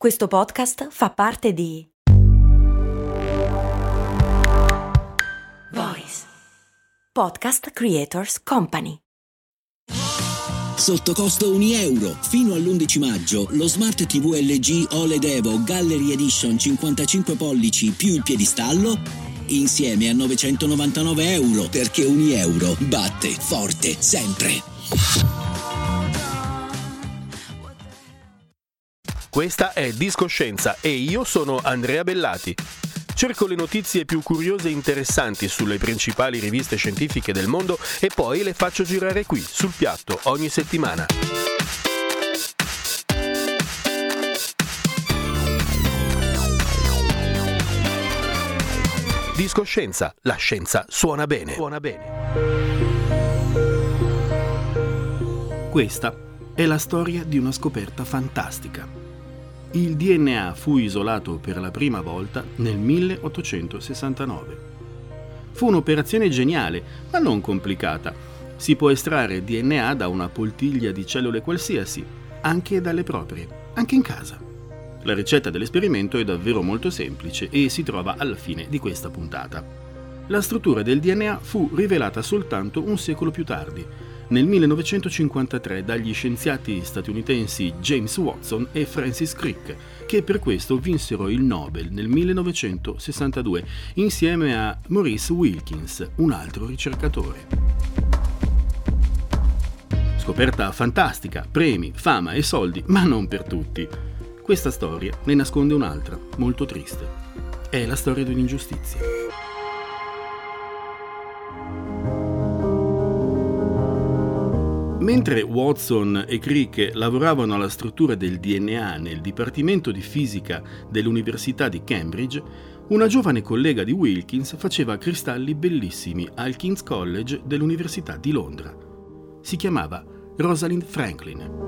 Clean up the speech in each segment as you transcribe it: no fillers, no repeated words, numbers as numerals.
Questo podcast fa parte di Voice Podcast Creators Company. Sotto costo €1. Fino all'11 maggio lo Smart TV LG OLED Evo Gallery Edition 55 pollici più il piedistallo insieme a €999, perché €1 batte forte sempre. Questa è Discoscienza e io sono Andrea Bellati. Cerco le notizie più curiose e interessanti sulle principali riviste scientifiche del mondo e poi le faccio girare qui, sul piatto, ogni settimana. Discoscienza, la scienza suona bene. Questa è la storia di una scoperta fantastica. Il DNA fu isolato per la prima volta nel 1869. Fu un'operazione geniale, ma non complicata. Si può estrarre DNA da una poltiglia di cellule qualsiasi, anche dalle proprie, anche in casa. La ricetta dell'esperimento è davvero molto semplice e si trova alla fine di questa puntata. La struttura del DNA fu rivelata soltanto un secolo più tardi, nel 1953 dagli scienziati statunitensi James Watson e Francis Crick, che per questo vinsero il Nobel nel 1962 insieme a Maurice Wilkins, un altro ricercatore. Scoperta fantastica, premi, fama e soldi, ma non per tutti. Questa storia ne nasconde un'altra, molto triste. È la storia di un'ingiustizia. Mentre Watson e Crick lavoravano alla struttura del DNA nel Dipartimento di Fisica dell'Università di Cambridge, una giovane collega di Wilkins faceva cristalli bellissimi al King's College dell'Università di Londra. Si chiamava Rosalind Franklin.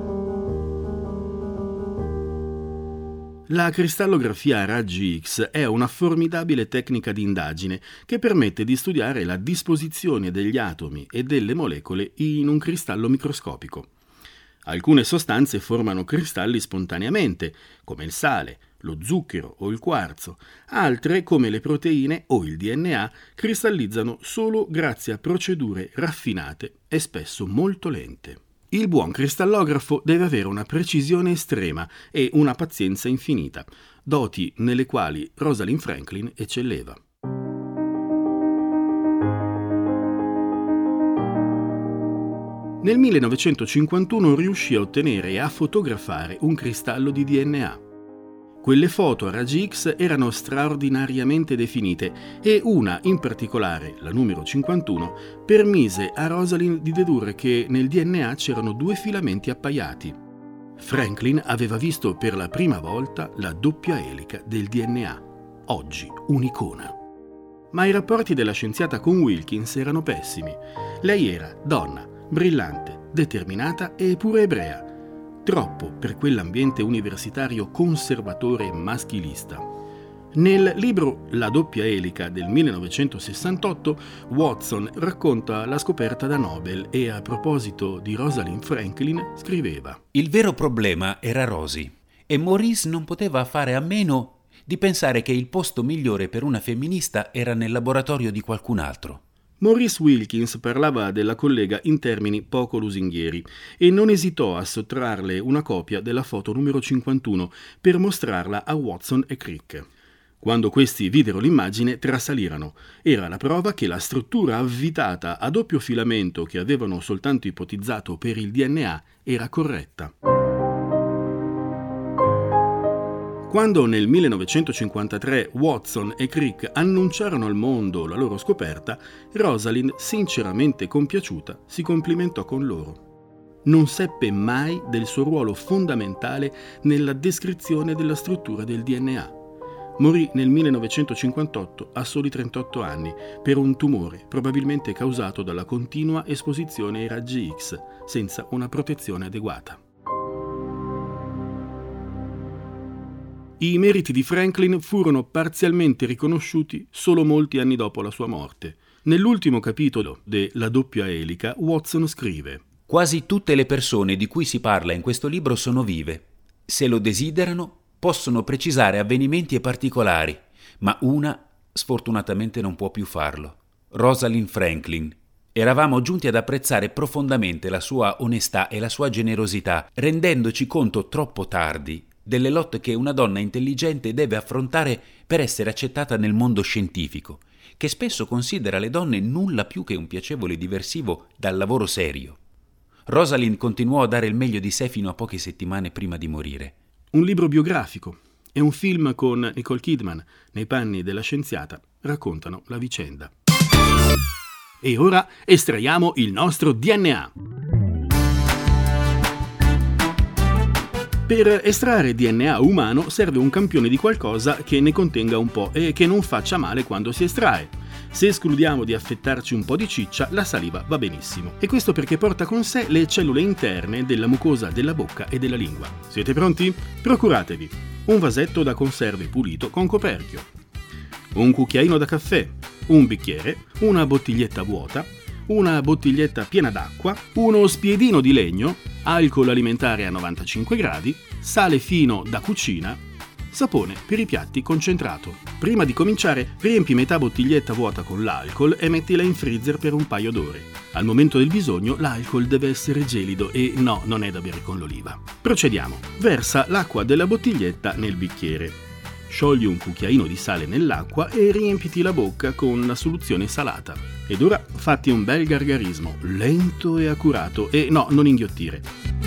La cristallografia a raggi X è una formidabile tecnica di indagine che permette di studiare la disposizione degli atomi e delle molecole in un cristallo microscopico. Alcune sostanze formano cristalli spontaneamente, come il sale, lo zucchero o il quarzo. Altre, come le proteine o il DNA, cristallizzano solo grazie a procedure raffinate e spesso molto lente. Il buon cristallografo deve avere una precisione estrema e una pazienza infinita, doti nelle quali Rosalind Franklin eccelleva. Nel 1951 riuscì a ottenere e a fotografare un cristallo di DNA. Quelle foto a raggi X erano straordinariamente definite e una, in particolare, la numero 51, permise a Rosalind di dedurre che nel DNA c'erano 2 filamenti appaiati. Franklin aveva visto per la prima volta la doppia elica del DNA, oggi un'icona. Ma i rapporti della scienziata con Wilkins erano pessimi. Lei era donna, brillante, determinata e pure ebrea. Troppo per quell'ambiente universitario conservatore e maschilista. Nel libro La doppia elica del 1968, Watson racconta la scoperta da Nobel e a proposito di Rosalind Franklin scriveva: Il vero problema era Rosie e Maurice non poteva fare a meno di pensare che il posto migliore per una femminista era nel laboratorio di qualcun altro. Maurice Wilkins parlava della collega in termini poco lusinghieri e non esitò a sottrarle una copia della foto numero 51 per mostrarla a Watson e Crick. Quando questi videro l'immagine trasalirono. Era la prova che la struttura avvitata a doppio filamento che avevano soltanto ipotizzato per il DNA era corretta. Quando nel 1953 Watson e Crick annunciarono al mondo la loro scoperta, Rosalind, sinceramente compiaciuta, si complimentò con loro. Non seppe mai del suo ruolo fondamentale nella descrizione della struttura del DNA. Morì nel 1958 a soli 38 anni per un tumore probabilmente causato dalla continua esposizione ai raggi X senza una protezione adeguata. I meriti di Franklin furono parzialmente riconosciuti solo molti anni dopo la sua morte. Nell'ultimo capitolo de La doppia elica, Watson scrive: Quasi tutte le persone di cui si parla in questo libro sono vive. Se lo desiderano, possono precisare avvenimenti e particolari, ma una sfortunatamente non può più farlo. Rosalind Franklin. Eravamo giunti ad apprezzare profondamente la sua onestà e la sua generosità, rendendoci conto troppo tardi delle lotte che una donna intelligente deve affrontare per essere accettata nel mondo scientifico, che spesso considera le donne nulla più che un piacevole diversivo dal lavoro serio. Rosalind continuò a dare il meglio di sé fino a poche settimane prima di morire. Un libro biografico e un film con Nicole Kidman nei panni della scienziata raccontano la vicenda. E ora estraiamo il nostro DNA. Per estrarre DNA umano serve un campione di qualcosa che ne contenga un po' e che non faccia male quando si estrae. Se escludiamo di affettarci un po' di ciccia, la saliva va benissimo. E questo perché porta con sé le cellule interne della mucosa della bocca e della lingua. Siete pronti? Procuratevi un vasetto da conserve pulito con coperchio, un cucchiaino da caffè, un bicchiere, una bottiglietta vuota, una bottiglietta piena d'acqua, uno spiedino di legno, alcol alimentare a 95 gradi, sale fino da cucina, sapone per i piatti concentrato. Prima di cominciare, riempi metà bottiglietta vuota con l'alcol e mettila in freezer per un paio d'ore. Al momento del bisogno, l'alcol deve essere gelido e no, non è da bere con l'oliva. Procediamo. Versa l'acqua della bottiglietta nel bicchiere. Sciogli un cucchiaino di sale nell'acqua e riempiti la bocca con la soluzione salata. Ed ora fatti un bel gargarismo, lento e accurato, e no, non inghiottire.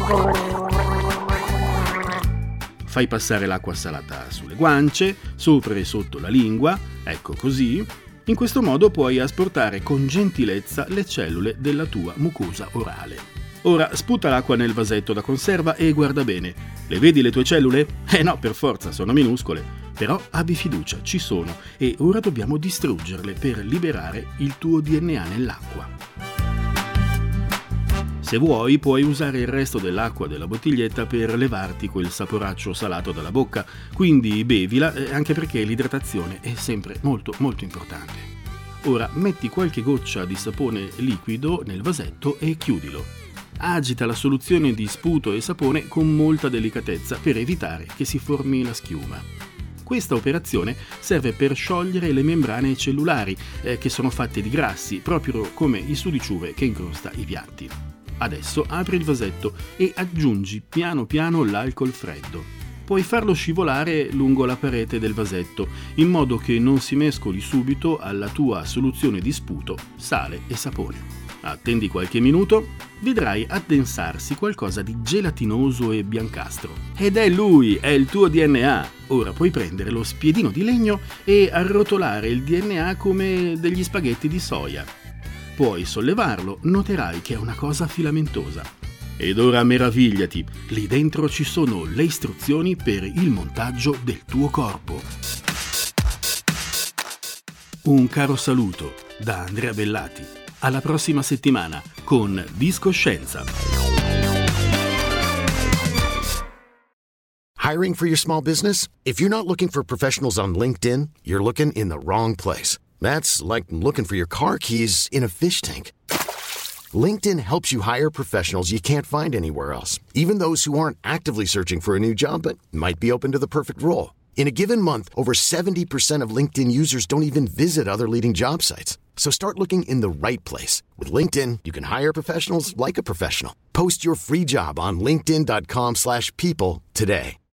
Fai passare l'acqua salata sulle guance, sopra e sotto la lingua, ecco così. In questo modo puoi asportare con gentilezza le cellule della tua mucosa orale. Ora sputa l'acqua nel vasetto da conserva e guarda bene. Le vedi le tue cellule? No, per forza, sono minuscole. Però abbi fiducia, ci sono, e ora dobbiamo distruggerle per liberare il tuo DNA nell'acqua. Se vuoi, puoi usare il resto dell'acqua della bottiglietta per levarti quel saporaccio salato dalla bocca, quindi bevila, anche perché l'idratazione è sempre molto molto importante. Ora metti qualche goccia di sapone liquido nel vasetto e chiudilo. Agita la soluzione di sputo e sapone con molta delicatezza per evitare che si formi la schiuma. Questa operazione serve per sciogliere le membrane cellulari, che sono fatte di grassi, proprio come il sudiciume che incrosta i piatti. Adesso apri il vasetto e aggiungi piano piano l'alcol freddo. Puoi farlo scivolare lungo la parete del vasetto, in modo che non si mescoli subito alla tua soluzione di sputo, sale e sapone. Attendi qualche minuto, vedrai addensarsi qualcosa di gelatinoso e biancastro. Ed è lui, è il tuo DNA! Ora puoi prendere lo spiedino di legno e arrotolare il DNA come degli spaghetti di soia. Puoi sollevarlo, noterai che è una cosa filamentosa. Ed ora meravigliati, lì dentro ci sono le istruzioni per il montaggio del tuo corpo. Un caro saluto da Andrea Bellati. Alla prossima settimana con Discoscienza. Hiring for your small business? If you're not looking for professionals on LinkedIn, you're looking in the wrong place. That's like looking for your car keys in a fish tank. LinkedIn helps you hire professionals you can't find anywhere else, even those who aren't actively searching for a new job but might be open to the perfect role. In a given month, over 70% of LinkedIn users don't even visit other leading job sites. So start looking in the right place. With LinkedIn, you can hire professionals like a professional. Post your free job on linkedin.com/people today.